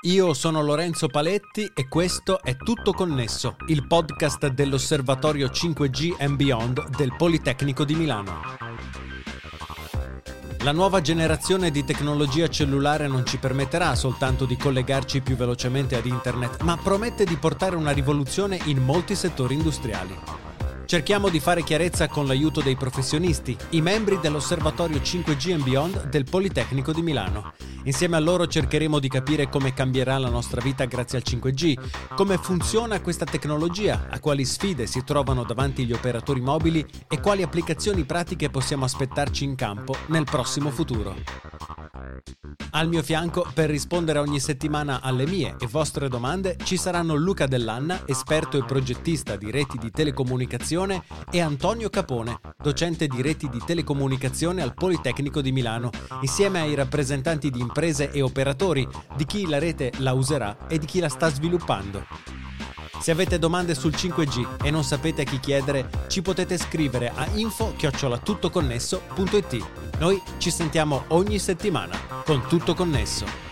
Io sono Lorenzo Paletti e questo è Tutto Connesso, il podcast dell'Osservatorio 5G and Beyond del Politecnico di Milano. La nuova generazione di tecnologia cellulare non ci permetterà soltanto di collegarci più velocemente ad internet, ma promette di portare una rivoluzione in molti settori industriali. Cerchiamo di fare chiarezza con l'aiuto dei professionisti, i membri dell'Osservatorio 5G and Beyond del Politecnico di Milano. Insieme a loro cercheremo di capire come cambierà la nostra vita grazie al 5G, come funziona questa tecnologia, a quali sfide si trovano davanti gli operatori mobili e quali applicazioni pratiche possiamo aspettarci in campo nel prossimo futuro. Al mio fianco, per rispondere ogni settimana alle mie e vostre domande, ci saranno Luca Dell'Anna, esperto e progettista di reti di telecomunicazione, e Antonio Capone, docente di reti di telecomunicazione al Politecnico di Milano, insieme ai rappresentanti di imprese e operatori, di chi la rete la userà e di chi la sta sviluppando. Se avete domande sul 5G e non sapete a chi chiedere, ci potete scrivere a info@tuttoconnesso.it. Noi ci sentiamo ogni settimana con Tutto Connesso.